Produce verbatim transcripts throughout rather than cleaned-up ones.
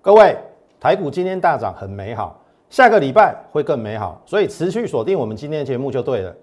各位，台股今天大涨很美好，下个礼拜会更美好，所以持续锁定我们今天的节目就对了。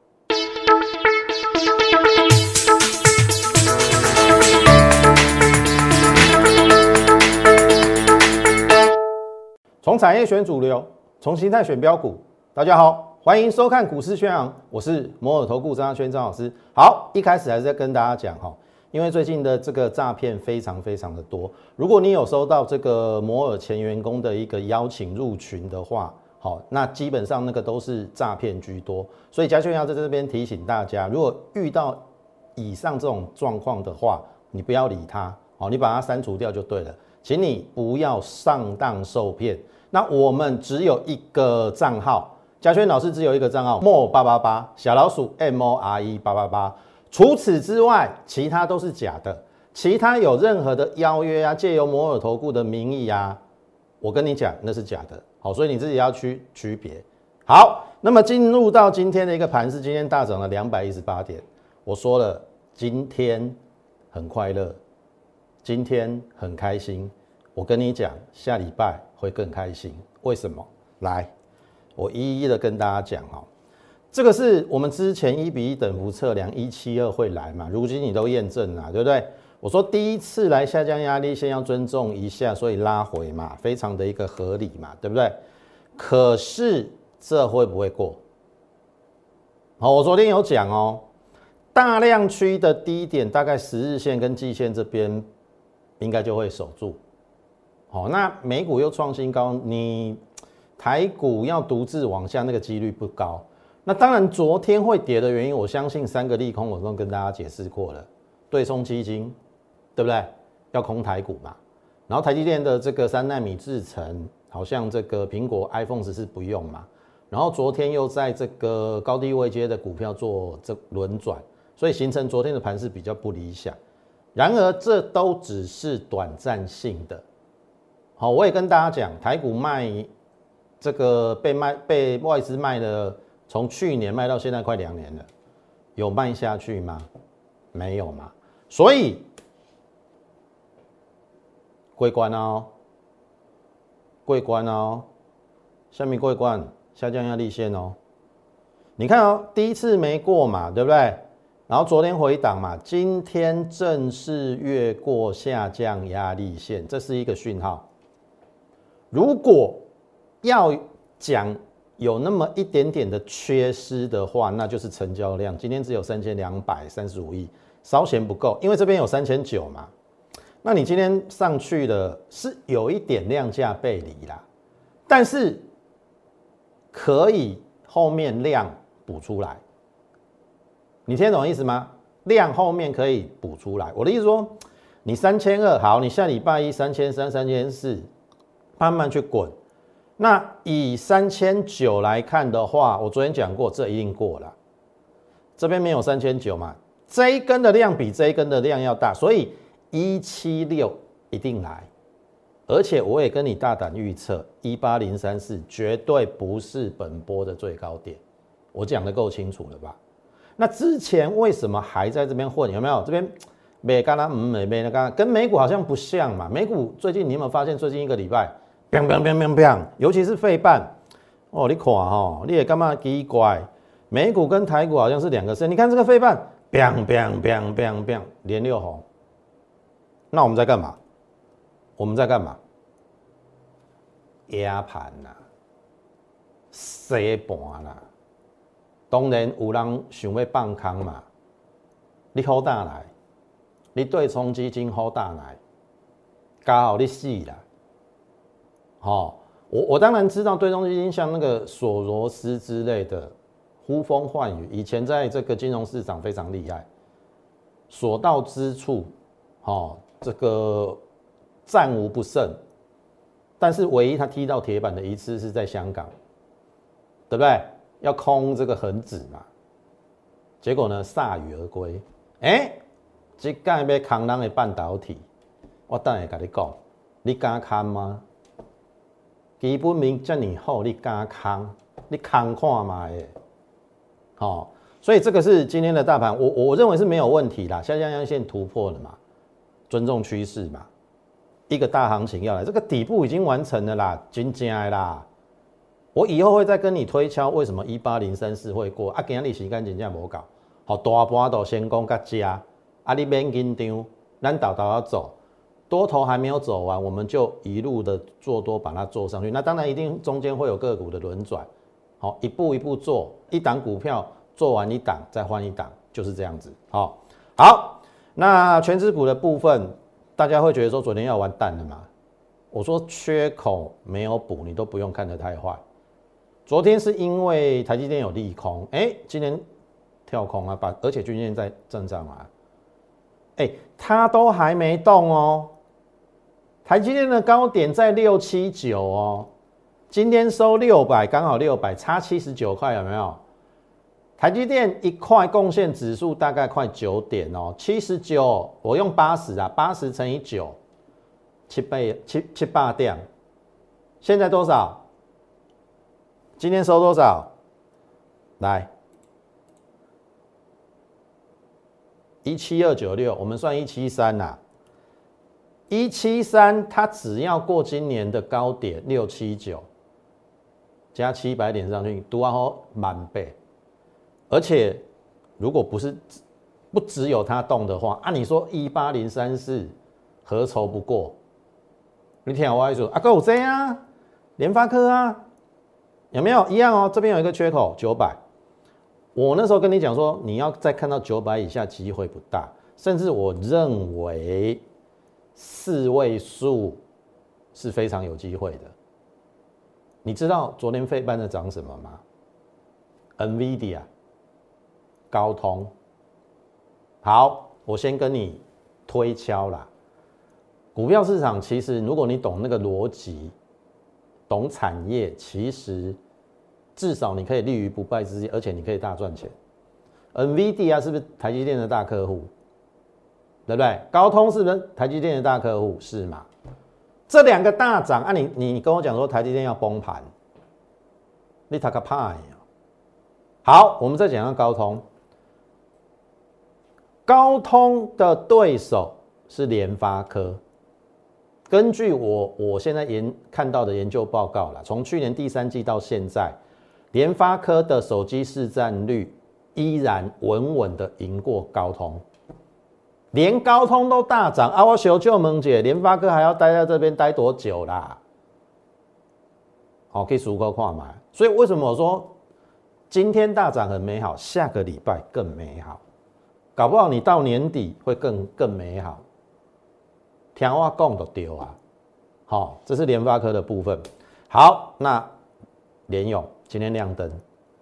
从产业选主流，从形态选标股。大家好，欢迎收看股市宣扬，我是摩尔投顾张嘉轩张老师。好，一开始还是在跟大家讲哈。因为最近的这个诈骗非常非常的多，如果你有收到这个摩尔前员工的一个邀请入群的话，好，那基本上那个都是诈骗居多，所以嘉轩要在这边提醒大家，如果遇到以上这种状况的话，你不要理他，好，你把它删除掉就对了，请你不要上当受骗。那我们只有一个账号，嘉轩老师只有一个账号 more 八八八 小老鼠 M O R E 八八八。除此之外，其他都是假的。其他有任何的邀约啊，借由摩尔投顾的名义啊，我跟你讲，那是假的。好，所以你自己要区区别。好，那么进入到今天的一个盘势，今天大涨了两百一十八点。我说了，今天很快乐，今天很开心。我跟你讲，下礼拜会更开心。为什么？来，我一一的跟大家讲哈。这个是我们之前一比一等幅测量一七二会来嘛，如今你都验证了，对不对？我说第一次来下降压力，先要尊重一下，所以拉回嘛，非常的一个合理嘛，对不对？可是这会不会过？好，我昨天有讲哦，大量区的低点大概十日线跟季线这边应该就会守住。好，那美股又创新高，你台股要独自往下，那个几率不高。那当然，昨天会跌的原因，我相信三个利空我都跟大家解释过了。对冲基金，对不对？要空台股嘛。然后台积电的这个三奈米制程，好像这个苹果 iPhone 十四不用嘛。然后昨天又在这个高低位阶的股票做这轮转，所以形成昨天的盘势比较不理想。然而，这都只是短暂性的。好，我也跟大家讲，台股卖这个被卖被外资卖了。从去年卖到现在快两年了，有卖下去吗？没有嘛。所以过关哦，过关哦，下面过关，下降压力线哦。你看哦，第一次没过嘛，对不对？然后昨天回档嘛，今天正式越过下降压力线，这是一个讯号。如果要讲有那么一点点的缺失的话，那就是成交量。今天只有三千两百三十五亿，稍嫌不够，因为这边有三千九嘛。那你今天上去了，是有一点量价背离啦，但是可以后面量补出来。你听懂意思吗？量后面可以补出来。我的意思说，你三千二好，你下礼拜一三千三、三千四，慢慢去滚。那以三千九来看的话，我昨天讲过，这一定过了。这边没有三千九嘛，这一根的量比这一根的量要大，所以一七六一定来。而且我也跟你大胆预测，一八零三四绝对不是本波的最高点，我讲得够清楚了吧？那之前为什么还在这边混？有没有？这边没干啦，嗯，没没那干，跟美股好像不像嘛。美股最近你有没有发现，最近一个礼拜？砰砰砰砰砰！尤其是费半哦，你看哈，你也干嘛奇怪？美股跟台股好像是两个线。你看这个费半，砰砰砰砰砰，连六红。那我们在干嘛？我们在干嘛？压盘啦，洗盘啦。当然有人想要放空嘛，你好大来，你对冲基金好大来，刚好你死啦。哦，我我当然知道对冲基金像那个索罗斯之类的呼风唤雨，以前在这个金融市场非常厉害，所到之处，哦，这个战无不胜。但是唯一他踢到铁板的一次是在香港，对不对？要空这个恒指嘛，结果呢铩羽而归。哎、欸，这干要空人的半导体，我等下跟你讲，你敢看吗？基本面这么好，你敢空？你空看嘛的，好，所以这个是今天的大盘，我我认为是没有问题啦，下降压力线突破了嘛，尊重趋势嘛， 一个大行情要来，这个底部已经完成了啦，真正的啦。我以后会再跟你推敲为什么一八零三四会过啊？今日时间真正无够，好大盘都先讲到这，啊你免紧张，咱倒倒要走，多头还没有走完，我们就一路的做多把它做上去。那当然一定中间会有个股的轮转，好一步一步做，一档股票做完一档再换一档，就是这样子。好，好，那全指股的部分，大家会觉得说昨天要完蛋了嘛？我说缺口没有补，你都不用看得太坏。昨天是因为台积电有利空，哎、欸，今天跳空啊，把而且均线在正上啊，哎、欸，它都还没动哦。台积电的高点在六七九哦，今天收六百，刚好六百，差七十九块，有没有？台积电一块贡献指数大概快九点哦，七十九，我用八十啊，八十乘以九，七倍七七八点，现在多少？今天收多少？来，一七二九六，我们算一七三啦。一七三，它只要过今年的高点六七九，加七百点上去，都要好满倍。而且，如果不是不只有它动的话，按、啊、你说一八零三四何愁不过？你听我说，啊，还有这啊，联发科啊。有没有一样哦？这边有一个缺口九百，我那时候跟你讲说，你要再看到九百以下机会不大，甚至我认为四位数是非常有机会的。你知道昨天费半在涨什么吗 ？NVIDIA、高通。好，我先跟你推敲啦。股票市场其实，如果你懂那个逻辑，懂产业，其实至少你可以立于不败之地，而且你可以大赚钱。NVIDIA 是不是台积电的大客户？对不对？高通是不是台积电的大客户？是嘛？这两个大涨啊你，你你跟我讲说台积电要崩盘，你他个派呀！好，我们再讲下高通。高通的对手是联发科。根据我我现在研看到的研究报告啦，从去年第三季到现在，联发科的手机市占率依然稳稳的赢过高通，连高通都大涨啊！我求救萌姐，联发科还要待在这边待多久啦？好，可以数个看嘛。所以为什么我说今天大涨很美好，下个礼拜更美好，搞不好你到年底会更更美好。听我讲就对啊，好，这是联发科的部分。好，那联咏今天亮灯，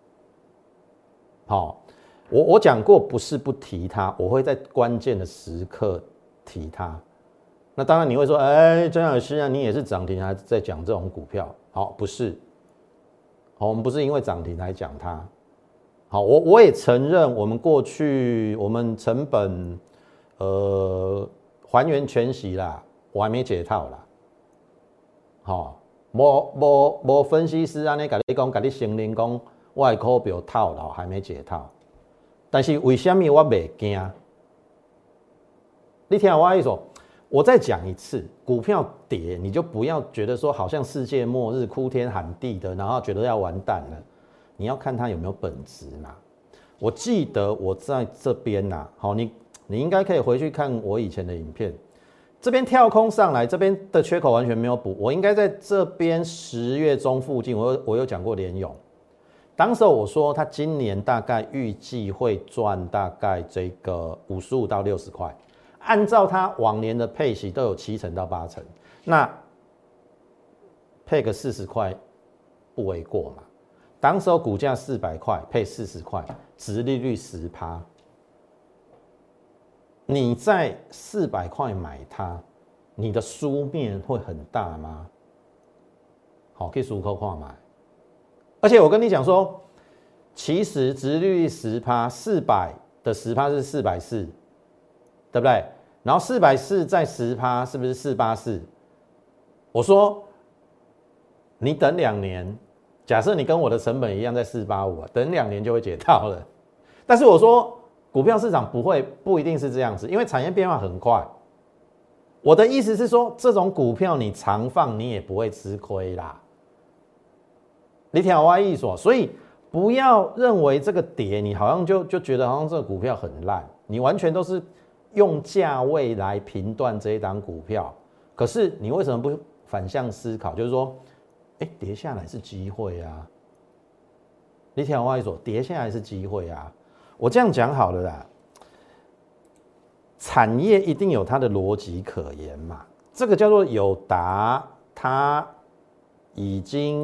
好，我我讲过不是不提它，我会在关键的时刻提它。那当然你会说，哎，张老师啊，你也是涨停还在讲这种股票？好，不是，好，我们不是因为涨停来讲它。好，我我也承认，我们过去我们成本，呃。还原全息啦，我还没解套啦。好，无无无分析师安尼甲你讲，甲你承认讲，我的股票套牢还没解套。但是为什么我袂惊？你听我意思，我再讲一次，股票跌你就不要觉得说好像世界末日哭天喊地的，然后觉得要完蛋了。你要看它有没有本质嘛。我记得我在这边呐，好你。你应该可以回去看我以前的影片，这边跳空上来，这边的缺口完全没有补。我应该在这边十月中附近，我有我有讲过联咏，当时我说他今年大概预计会赚大概这个五十五到六十块，按照他往年的配息都有七成到八成，那配个四十块不为过嘛。当时候股价四百块，配四十块，殖利率十趴。你在四百块买它，你的输面会很大吗？好，可以数口看买。而且我跟你讲说，其实殖利率十趴，四百的十趴是四百四，对不对？然后四百四再十趴，是不是四八四？我说，你等两年，假设你跟我的成本一样在四八五，等两年就会解套了。但是我说。股票市场不会不一定是这样子，因为产业变化很快。 我的意思是说，这种股票你长放你也不会吃亏啦。你听我意思，所以不要认为这个跌，你好像就就觉得好像这个股票很烂，你完全都是用价位来评断这一档股票。可是你为什么不反向思考？就是说，哎，跌下来是机会啊。你听我意思，跌下来是机会啊。我这样讲好了啦，产业一定有它的逻辑可言嘛。这个叫做友达，它已经。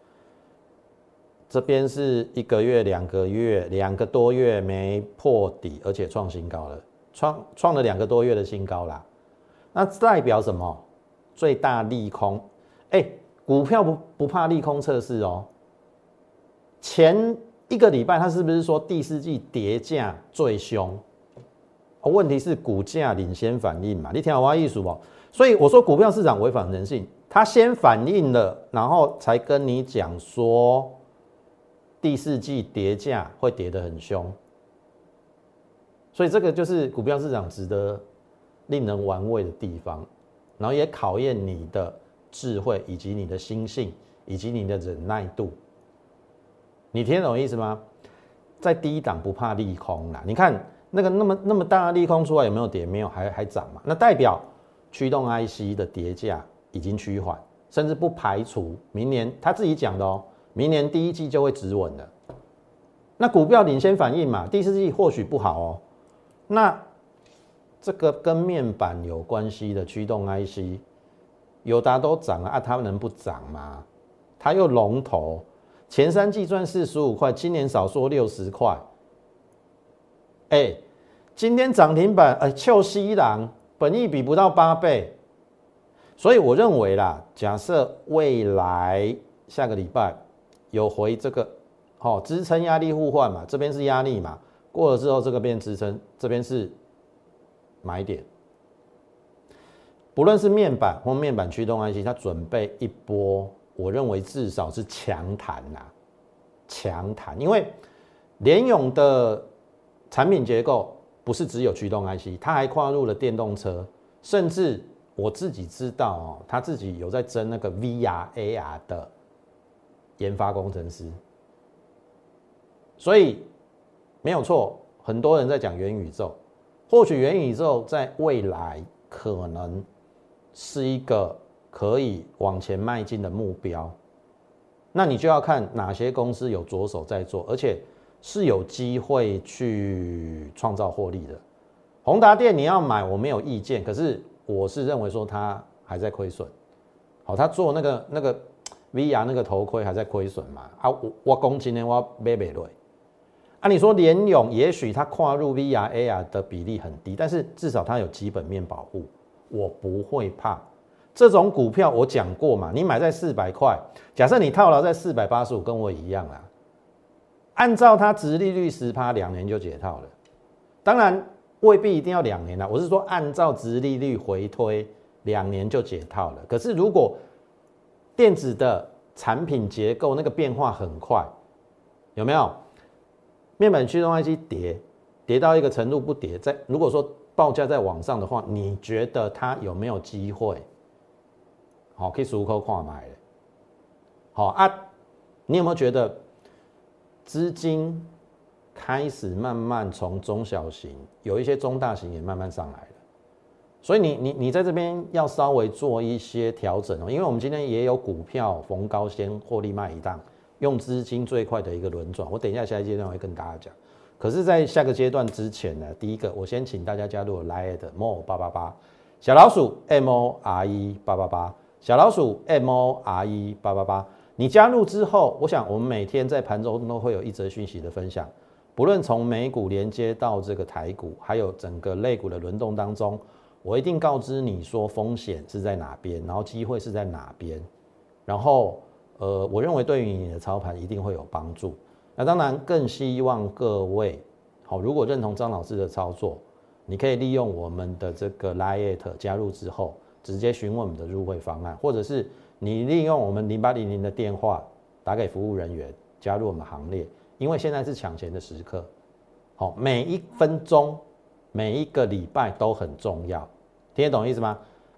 这边是一个月、两个月、两个多月没破底，而且创新高了，创创了两个多月的新高啦。那代表什么？最大利空。哎、欸，股票不不怕利空测试哦。前一个礼拜，它是不是说第四季跌价最凶？哦，问题是股价领先反应嘛？你听我的意思不？所以我说股票市场违反人性，它先反应了，然后才跟你讲说。第四季跌价会跌得很凶，所以这个就是股票市场值得令人玩味的地方，然后也考验你的智慧以及你的心性以及你的忍耐度。你听懂意思吗？在低档不怕利空啦，你看那个那么那么大的利空出来有没有跌？没有，还还涨嘛？那代表驱动 I C 的跌价已经趋缓，甚至不排除明年他自己讲的哦。明年第一季就会止稳了，那股票领先反应嘛，第四季或许不好哦。那这个跟面板有关系的驱动 I C， 友达都涨了啊，它能不涨吗？它又龙头，前三季赚四十五块，今年少说六十块。哎，今天涨停板，哎，臭西郎，本益比不到八倍，所以我认为啦，假设未来下个礼拜。有回这个，好、哦、支撑压力互换嘛，这边是压力嘛，过了之后这个变支撑，这边是买点。不论是面板或面板驱动 I C， 它准备一波，我认为至少是强弹呐，强弹，因为联咏的产品结构不是只有驱动 I C， 它还跨入了电动车，甚至我自己知道哦，他自己有在争那个 V R、A R 的。研发工程师，所以没有错，很多人在讲元宇宙，或许元宇宙在未来可能是一个可以往前迈进的目标，那你就要看哪些公司有着手在做，而且是有机会去创造获利的。宏达电你要买，我没有意见，可是我是认为说它还在亏损，好，他做那个那个。V R 那个头盔还在亏损嘛？啊，我我讲今天我买不落。啊，你说联咏也许它跨入 V R、A R 的比例很低，但是至少它有基本面保护，我不会怕。这种股票我讲过嘛，你买在四百块，假设你套牢在四百八十五，跟我一样啦。按照它殖利率 百分之十， 两年就解套了。当然未必一定要两年啦，我是说按照殖利率回推，两年就解套了。可是如果电子的产品结构那个变化很快，有没有？面板驱动 I C 跌，跌到一个程度不跌，在如果说报价在往上的话，你觉得它有没有机会？好，可以数口看买了。好啊，你有没有觉得资金开始慢慢从中小型，有一些中大型也慢慢上来了？所以你你你在这边要稍微做一些调整哦，因为我们今天也有股票逢高先获利卖一档，用资金最快的一个轮转。我等一下下一阶段会跟大家讲。可是，在下个阶段之前呢，第一个我先请大家加入 Line 的 M O 八八八 小老鼠 M O R E 八八八 小老鼠 M O R E 八八八。你加入之后，我想我们每天在盘中都会有一则讯息的分享，不论从美股连接到这个台股，还有整个类股的轮动当中。我一定告知你说风险是在哪边，然后机会是在哪边，然后呃，我认为对于你的操盘一定会有帮助。那当然更希望各位好，如果认同张老师的操作，你可以利用我们的这个 Line 加入之后，直接询问我们的入会方案，或者是你利用我们零八零零的电话打给服务人员加入我们行列，因为现在是抢钱的时刻，好，每一分钟。每一个礼拜都很重要，听得懂意思吗？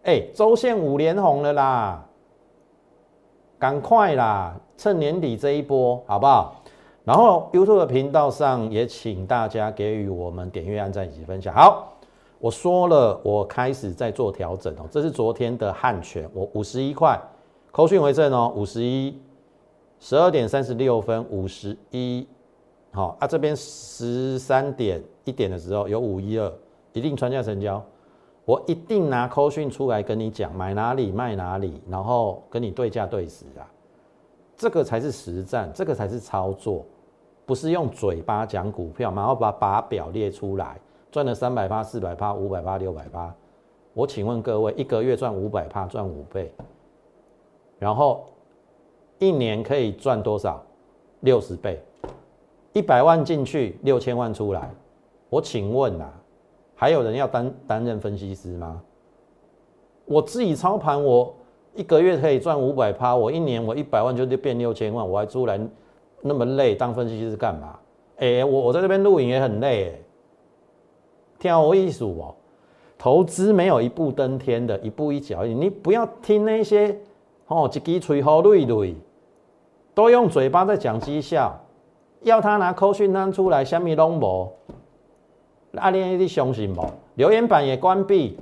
哎、欸，周线五连红了啦，赶快啦，趁年底这一波好不好？然后 YouTube 的频道上也请大家给予我们点阅、按赞以及分享。好，我说了，我开始在做调整哦。这是昨天的汉权，我五十一块，扣讯为证哦，五十一，十二点三十六分，五十一，好啊，这边十三点一点的时候有五一二，一定穿价成交。我一定拿扣讯出来跟你讲，买哪里卖哪里，然后跟你对价对时啊，这个才是实战，这个才是操作，不是用嘴巴讲股票，然后把把表列出来，赚了三百趴、四百趴、五百趴、六百趴。我请问各位，一个月赚五百趴，赚五倍，然后一年可以赚多少？六十倍，一百万进去，六千万出来。我请问啊？还有人要担担任分析师吗？我自己操盘，我一个月可以赚五百趴，我一年我一百万就变六千万，我还出来那么累当分析师干嘛？哎、欸，我我在这边录影也很累、欸，听我意思哦。投资没有一步登天的，一步一脚印，你不要听那些哦，一支吹好累累，都用嘴巴在讲绩效，要他拿扣讯单出来，什么拢无。啊，你你相信无？留言板也关闭。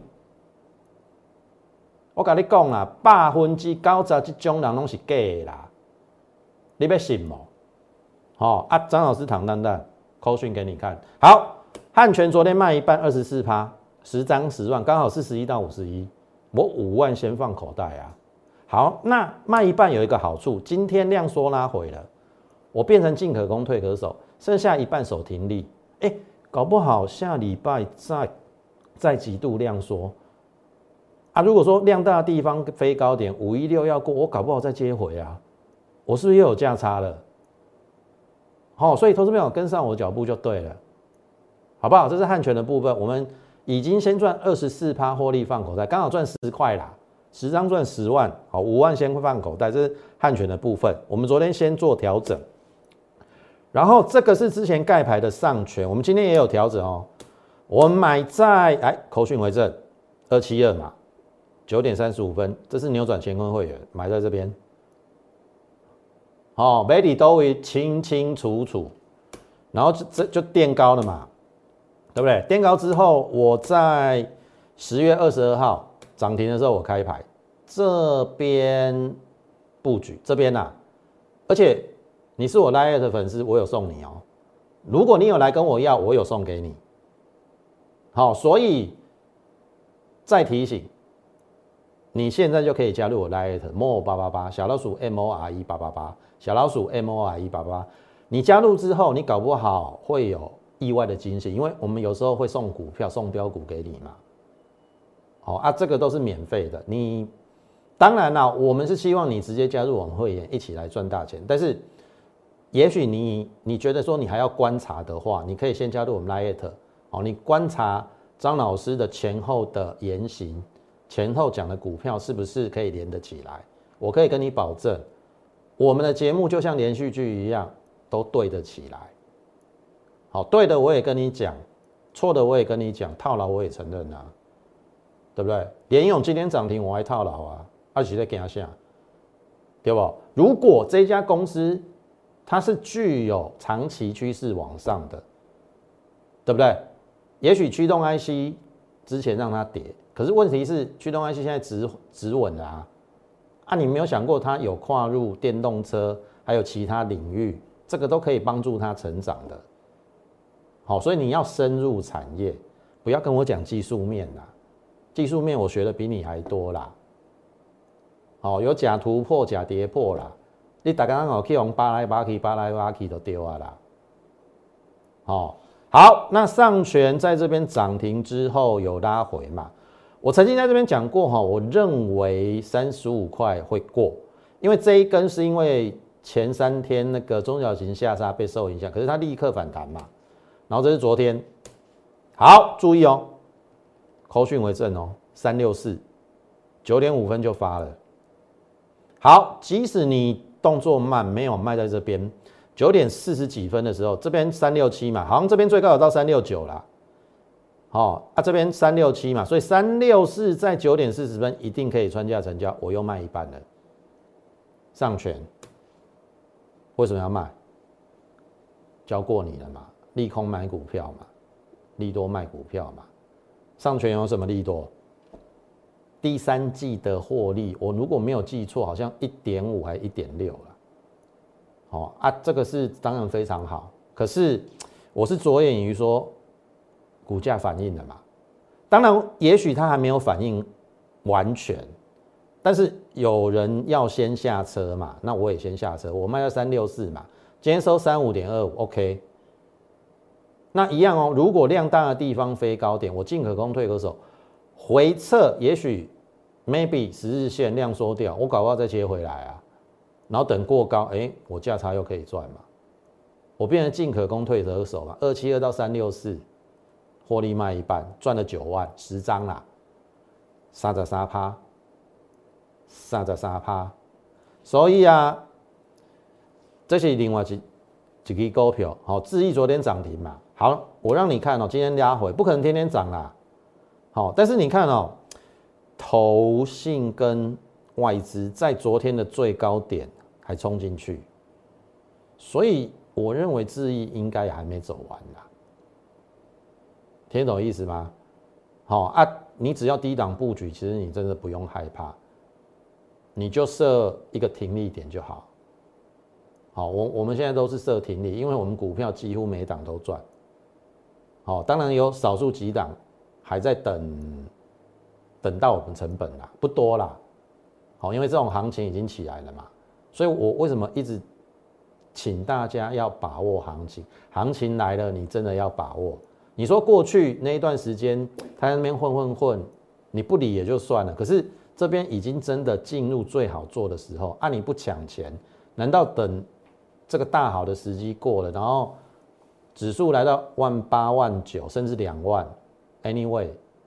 我跟你讲啦，百分之九十这种人拢是假的啦，你要信无？好、哦、啊，张老师躺蛋蛋，扣讯给你看。好，汉权昨天卖一半，二十四趴，十张十万，刚好四十一到五十一，我五万先放口袋啊。好，那卖一半有一个好处，今天量缩拉回了，我变成进可攻退可守，剩下一半手停利，哎、欸。搞不好下礼拜再再极度量缩啊！如果说量大的地方飞高点，五一六要过，我搞不好再接回啊，我是不是又有价差了？好、哦，所以投资朋友跟上我脚步就对了，好不好？这是汉权的部分，我们已经先赚二十四趴获利放口袋，刚好赚十块啦，十张赚十万，好，五万先放口袋，这是汉权的部分。我们昨天先做调整。然后这个是之前盖牌的上权，我们今天也有调整哦。我们买在哎，口讯为证，二七二嘛，九点三十五分，这是扭转乾坤会员买在这边。哦，每里都会清清楚楚，然后这就垫高了嘛，对不对？垫高之后，我在十月二十二号涨停的时候我开牌，这边布局这边啊，而且。你是我 Line 的粉丝，我有送你哦。如果你有来跟我要，我有送给你。好，所以再提醒，你现在就可以加入我 Line more 八八八小老鼠 M O R E 八八八小老鼠 M O R E 八八八。你加入之后，你搞不好会有意外的惊喜，因为我们有时候会送股票、送标股给你嘛。好啊，这个都是免费的。你当然啦，我们是希望你直接加入我们会员，一起来赚大钱，但是。也许你你觉得说你还要观察的话，你可以先加入我们 Line 哦，你观察张老师的前后的言行，前后讲的股票是不是可以连得起来？我可以跟你保证，我们的节目就像连续剧一样，都对得起来。好，对的我也跟你讲，错的我也跟你讲，套牢我也承认啊，对不对？联咏今天涨停我还套牢啊，而且在给他下，对不？如果这家公司它是具有长期趋势往上的，对不对？也许驱动 I C 之前让它跌，可是问题是驱动 I C 现在止止稳了啊！啊，你没有想过它有跨入电动车，还有其他领域，这个都可以帮助它成长的。好，所以你要深入产业，不要跟我讲技术面啦，技术面我学的比你还多啦。好，有假突破、假跌破啦。你大家好，去用扒来扒去，扒来扒去都丢啊啦。好，好，那上权在这边涨停之后有拉回嘛？我曾经在这边讲过哈，我认为三十五块会过，因为这一根是因为前三天那个中小型下杀被受影响，可是它立刻反弹嘛。然后这是昨天，好，注意哦，口讯为证哦，三六四，九点五分就发了。好，即使你动作慢，没有卖在这边，九点四十几分的时候，这边三六七嘛，好像这边最高有到三六九啦， 好啊，这边三六七嘛，所以三六四在九点四十分一定可以穿价成交，我又卖一半了。上权为什么要卖？教过你了嘛，利空买股票嘛，利多卖股票嘛。上权有什么利多？第三季的获利，我如果没有记错，好像一点五还一点六了。好啊，这个是当然非常好，可是我是着眼于说股价反应了嘛。当然，也许它还没有反应完全，但是有人要先下车嘛，那我也先下车，我卖到三六四嘛。今天收三五点二五 ，OK。那一样哦，如果量大的地方飞高点，我进可攻退可守，回撤也许 maybe 十日线量缩掉，我搞不好再接回来啊，然后等过高，哎、欸，我价差又可以赚嘛，我变成进可攻退可守嘛，二七二到三六四，获利卖一半，赚了九万，十张啦，三十三趴，三十三趴，所以啊。这是另外一一个股票，好，智毅昨天涨停嘛，好，我让你看哦，今天拉回，不可能天天涨啦，好，但是你看哦，投信跟外资在昨天的最高点还冲进去，所以我认为智毅应该还没走完啦，听懂意思吗？好啊，你只要低档布局，其实你真的不用害怕，你就设一个停利点就好。好，我我们现在都是设停利，因为我们股票几乎每档都赚。好，当然有少数几档还在等，等到我们成本啦，不多啦。好，因为这种行情已经起来了嘛，所以我为什么一直请大家要把握行情？行情来了，你真的要把握。你说过去那一段时间他在那边混混混，你不理也就算了，可是这边已经真的进入最好做的时候，啊，你不抢钱，难道等？这个大好的时机过了，然后指数来到万八万九，甚至两万 ，anyway，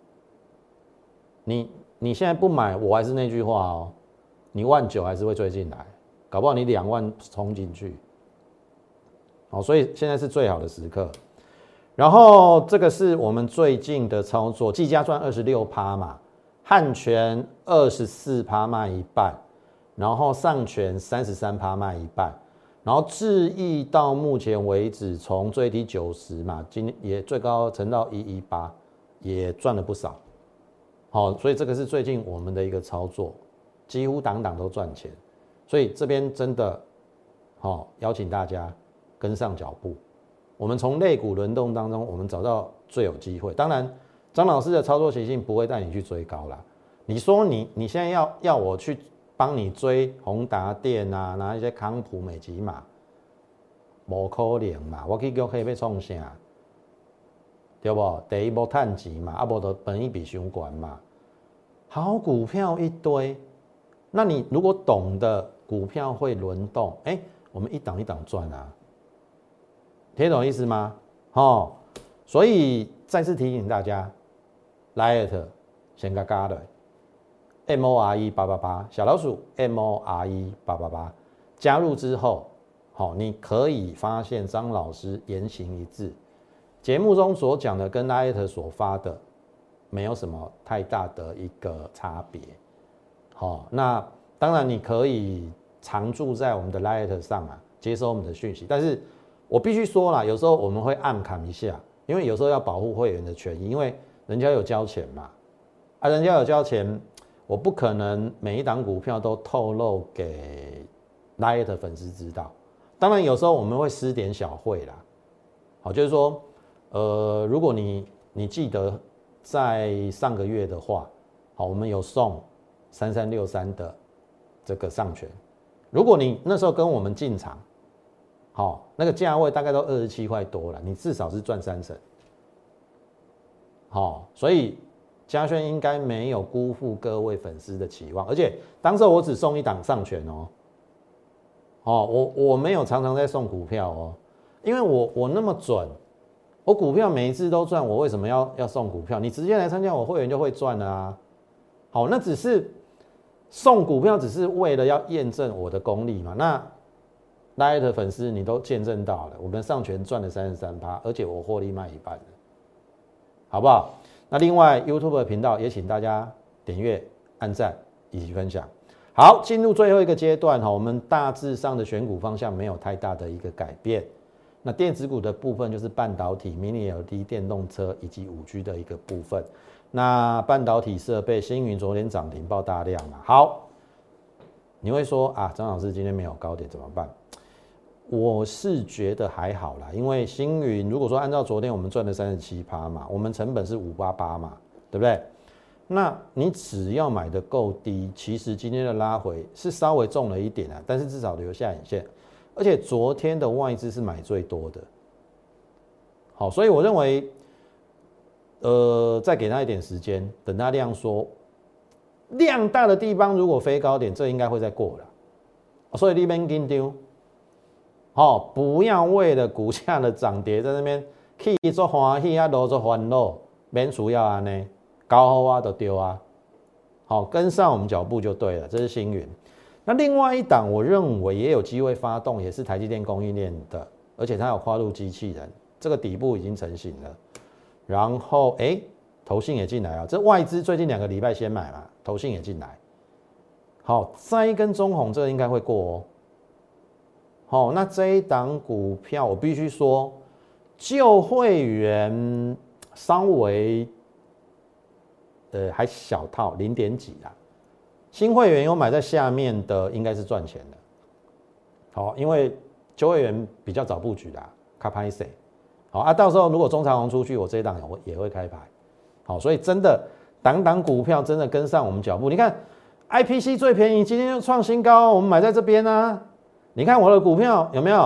你你现在不买，我还是那句话哦，你万九还是会追进来，搞不好你两万冲进去，好，所以现在是最好的时刻。然后这个是我们最近的操作，技嘉赚二十六趴嘛，汉权二十四趴卖一半，然后上权三十三趴卖一半。然后智毅到目前为止，从最低九十嘛，今天也最高升到一一八，也赚了不少。好，所以这个是最近我们的一个操作，几乎档档都赚钱。所以这边真的，好，邀请大家跟上脚步。我们从类股轮动当中，我们找到最有机会。当然，张老师的操作习性不会带你去追高啦。你说你你现在要要我去帮你追宏达电啊，拿一些康普、美吉玛，无可能嘛！我去叫黑要创啥？对不？第一无趁钱嘛，啊无就本益比伤悬嘛。好股票一堆，那你如果懂得股票会轮动，哎、欸，我们一档一档赚啊，听懂意思吗？哦，所以再次提醒大家 ，Lite 先加加的。M O R E 八八八小老鼠 M O R E 八八八加入之后，好，你可以发现张老师言行一致，节目中所讲的跟 Lite 所发的没有什么太大的一个差别。好，那当然你可以常驻在我们的 Lite 上啊，接收我们的讯息。但是我必须说啦，有时候我们会暗砍一下，因为有时候要保护会员的权益，因为人家有交钱嘛，啊，人家有交钱。我不可能每一档股票都透露给 Lite 粉丝知道，当然有时候我们会施点小惠啦，好，就是说，呃，如果你你记得在上个月的话，好，我们有送三三六三的这个上权，如果你那时候跟我们进场，好，那个价位大概都二十七块多了，你至少是赚三成，好，所以。嘉轩应该没有辜负各位粉丝的期望，而且当时我只送一档上权哦，哦，我我没有常常在送股票哦，因为我我那么准，我股票每一次都赚，我为什么要要送股票？你直接来参加我会员就会赚了啊。好，那只是送股票，只是为了要验证我的功力嘛。那 Lite 粉丝你都见证到了，我们上权赚了三十三趴，而且我获利卖一半了。 好不好？那另外 YouTube 的频道也请大家点阅、按赞以及分享。好，进入最后一个阶段哈，我们大致上的选股方向没有太大的一个改变。那电子股的部分就是半导体、mini L E D、电动车以及 五 G 的一个部分。那半导体设备，星云昨天涨停爆大量嘛。好，你会说啊，张老师今天没有高点怎么办？我是觉得还好啦，因为星云如果说按照昨天我们赚了 百分之三十七 嘛，我们成本是五百八十八嘛，对不对？那你只要买的够低，其实今天的拉回是稍微重了一点啊，但是至少留下影线，而且昨天的外资是买最多的。好，所以我认为，呃，再给他一点时间，等他量缩，量大的地方如果飞高点，这应该会再过了。所以你别紧张。哦，不要为了股价的涨跌在那边去做欢喜啊，落做烦恼，免需要安尼，高好啊就丢啊。好，跟上我们脚步就对了，这是星云。那另外一档，我认为也有机会发动，也是台积电供应链的，而且它有跨入机器人，这个底部已经成型了。然后，哎、欸，投信也进来啊，这外资最近两个礼拜先买嘛，投信也进来。好，再一根中红，这个应该会过哦。好、哦，那这一档股票我必须说，旧会员稍微呃还小套零点几啦，新会员有买在下面的应该是赚钱的。好、哦，因为旧会员比较早布局啦，卡拍谁？好啊，到时候如果中长红出去，我这一档也会也会开牌。好，所以真的档档股票真的跟上我们脚步。你看 I P C 最便宜，今天就创新高，我们买在这边啊。你看我的股票有没有？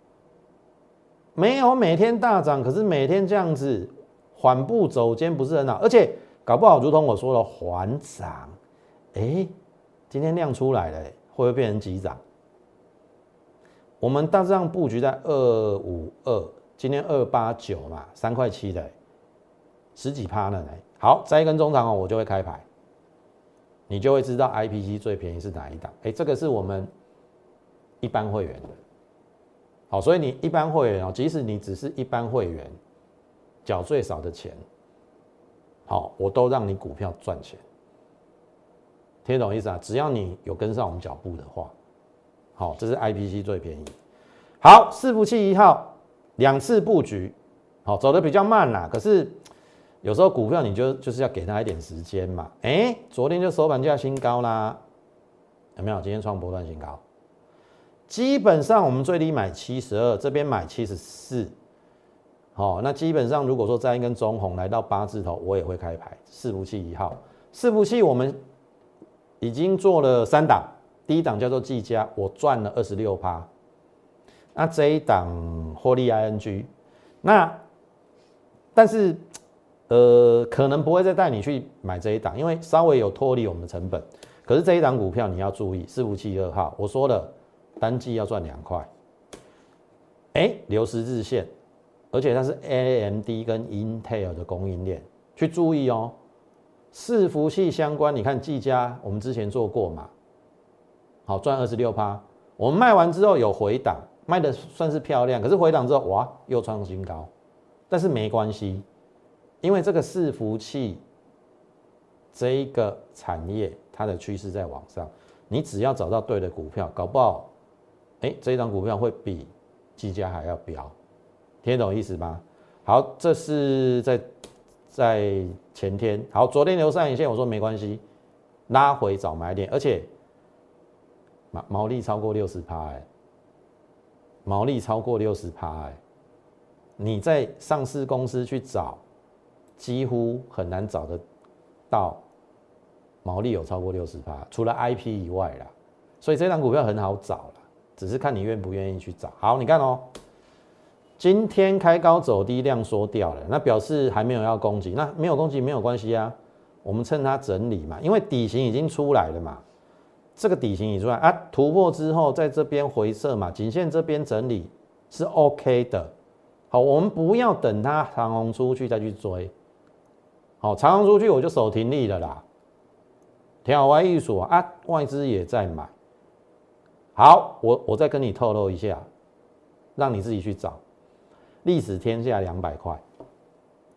没有每天大涨，可是每天这样子缓步走坚不是很好，而且搞不好如同我说的缓涨，哎，今天量出来了，会不会变成急涨？我们大致上布局在二五二，今天二八九嘛，三块七的，十几趴了呢。好，再一根中长红我就会开牌，你就会知道 I P C 最便宜是哪一档。哎，这个是我们一般会员的，好，所以你一般会员哦，即使你只是一般会员，缴最少的钱，好，我都让你股票赚钱，听懂意思啊？只要你有跟上我们脚步的话，好，这是 I P C 最便宜。好，伺服器一号两次布局，好，走的比较慢啦，可是有时候股票你就就是要给它一点时间嘛。哎、欸，昨天就收盘价新高啦，有没有？今天创波段新高。基本上我们最低买七十二，这边买七十四，好，那基本上如果说再一根中红来到八字头，我也会开牌。伺服器一号，伺服器我们已经做了三档，第一档叫做技嘉，我赚了二十六趴。那这一档获利 I N G， 那但是呃可能不会再带你去买这一档，因为稍微有脱离我们的成本。可是这一档股票你要注意，伺服器二号，我说了。单季要赚两块，哎，留十日线，而且它是 A M D 跟 Intel 的供应链，去注意哦。伺服器相关，你看技嘉，我们之前做过嘛，好赚二十六趴，我们卖完之后有回档，卖的算是漂亮，可是回档之后哇又创新高，但是没关系，因为这个伺服器这一个产业它的趋势在往上，你只要找到对的股票，搞不好。哎，这一张股票会比技嘉还要飙，听得懂意思吗？好，这是在在前天，好，昨天留上影线，我说没关系，拉回找买点，而且毛毛利超过六十趴，哎，毛利超过六十趴，哎，你在上市公司去找，几乎很难找得到毛利有超过六十趴，除了 I P 以外啦，所以这张股票很好找啦。只是看你愿不愿意去找。好，你看哦，今天开高走低，量缩掉了，那表示还没有要攻击，那没有攻击没有关系啊，我们趁它整理嘛，因为底型已经出来了嘛，这个底型已出来啊，突破之后在这边回撤嘛，颈线这边整理是 OK 的。好，我们不要等它长红出去再去追。好，长红出去我就守停利了啦，条外艺术啊，外资也在买。好，我我再跟你透露一下，让你自己去找。历史天下两百块，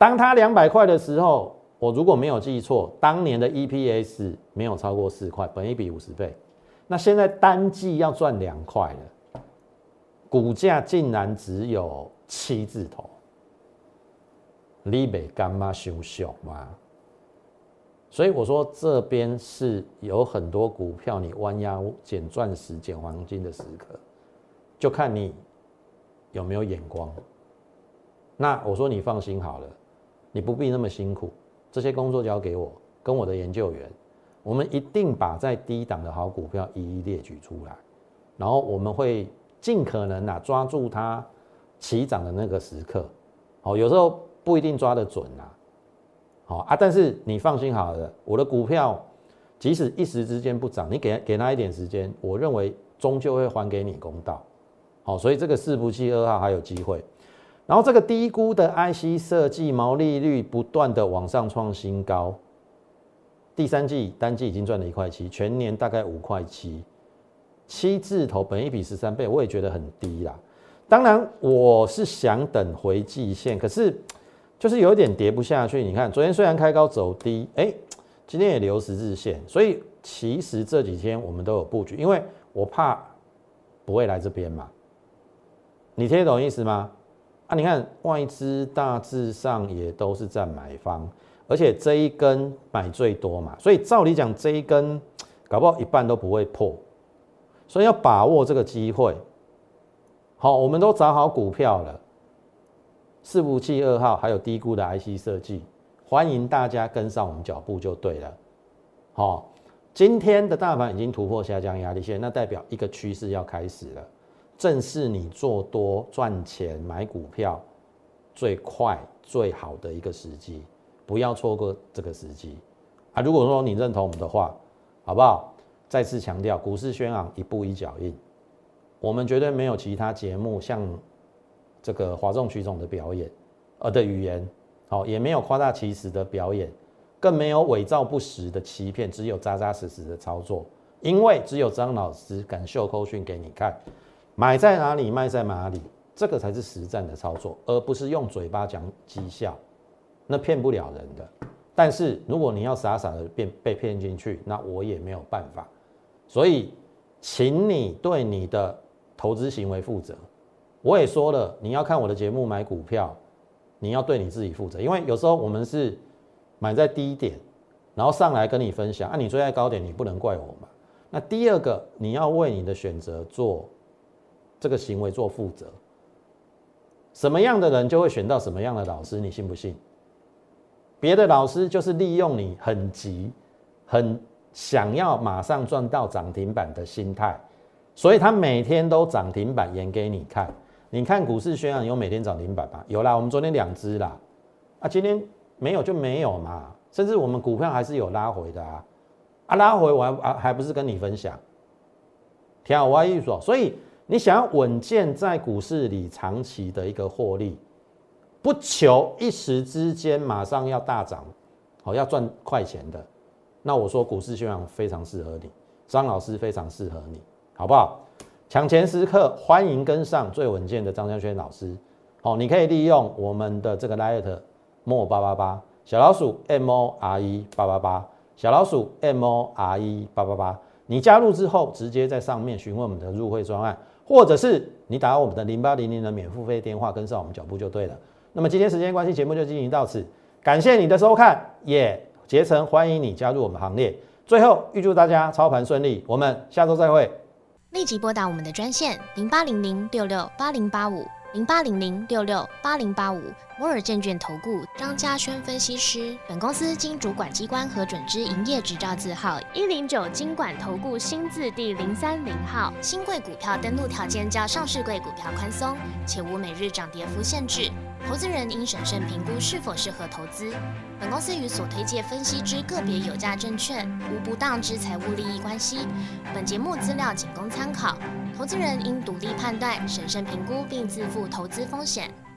当它两百块的时候，我如果没有记错，当年的 E P S 没有超过四块，本益比五十倍。那现在单季要赚两块了，股价竟然只有七字头，你不干嘛想想吗？所以我说这边是有很多股票，你弯腰捡钻石、捡黄金的时刻，就看你有没有眼光。那我说你放心好了，你不必那么辛苦，这些工作交给我，跟我的研究员，我们一定把在低档的好股票一一列举出来，然后我们会尽可能啊抓住它起涨的那个时刻。好，有时候不一定抓得准啊。好啊，但是你放心好了，我的股票即使一时之间不涨，你给给他一点时间，我认为终究会还给你公道。好，所以这个伺服器二号还有机会。然后这个低估的 I C 设计毛利率不断的往上创新高，第三季单季已经赚了一块七，全年大概五块七，七字头，本益比十三倍，我也觉得很低啦。当然我是想等回季线，可是就是有一点跌不下去。你看昨天虽然开高走低，哎、欸，今天也留十日线，所以其实这几天我们都有布局，因为我怕不会来这边嘛。你听得懂意思吗？啊，你看外资大致上也都是占买方，而且这一根买最多嘛，所以照理讲这一根搞不好一半都不会破，所以要把握这个机会。好，我们都找好股票了。伺服器二号还有低估的 I C 设计，欢迎大家跟上我们脚步就对了。好，今天的大盘已经突破下降压力线，那代表一个趋势要开始了，正是你做多赚钱买股票最快最好的一个时机，不要错过这个时机啊！如果说你认同我们的话，好不好？再次强调，股市轩昂一步一脚印，我们绝对没有其他节目像这个哗众取宠的表演，呃的语言，好，也没有夸大其词的表演，更没有伪造不实的欺骗，只有扎扎实实的操作。因为只有张老师敢秀扣讯给你看，买在哪里，卖在哪里，这个才是实战的操作，而不是用嘴巴讲绩效，那骗不了人的。但是如果你要傻傻的被骗进去，那我也没有办法。所以，请你对你的投资行为负责。我也说了，你要看我的节目买股票，你要对你自己负责，因为有时候我们是买在低点，然后上来跟你分享，啊，你追在高点，你不能怪我嘛。那第二个，你要为你的选择做这个行为做负责。什么样的人就会选到什么样的老师，你信不信？别的老师就是利用你很急、很想要马上赚到涨停板的心态，所以他每天都涨停板演给你看。你看股市轩昂有每天涨停板吗？有啦，我们昨天两只啦，啊，今天没有就没有嘛，甚至我们股票还是有拉回的啊，啊拉回我还还不是跟你分享，听我的意思。所以你想要稳健在股市里长期的一个获利，不求一时之间马上要大涨，好要赚快钱的，那我说股市轩昂非常适合你，张老师非常适合你，好不好？抢钱时刻，欢迎跟上最稳健的张嘉轩老师。好，你可以利用我们的这个 Line more 八八八小老鼠 M O R E 八八八小老鼠 M O R E 八八八，你加入之后，直接在上面询问我们的入会专案，或者是你打我们的零八零零的免付费电话，跟上我们脚步就对了。那么今天时间关系，节目就进行到此，感谢你的收看，也竭诚欢迎你加入我们行列。最后预祝大家操盘顺利，我们下周再会。 立即拨打我们的专线零八零零六六八零八五零八零零六六八零八五摩尔证券投顾张嘉轩分析师。本公司经主管机关核准之营业执照字号一零九金管投顾新字第零三零号。新贵股票登录条件较上市贵股票宽松，且无每日涨跌幅限制。投资人应审慎评估是否适合投资。本公司与所推介分析之个别有价证券无不当之财务利益关系。本节目资料仅供参考，投资人应独立判断、审慎评估并自负投资风险。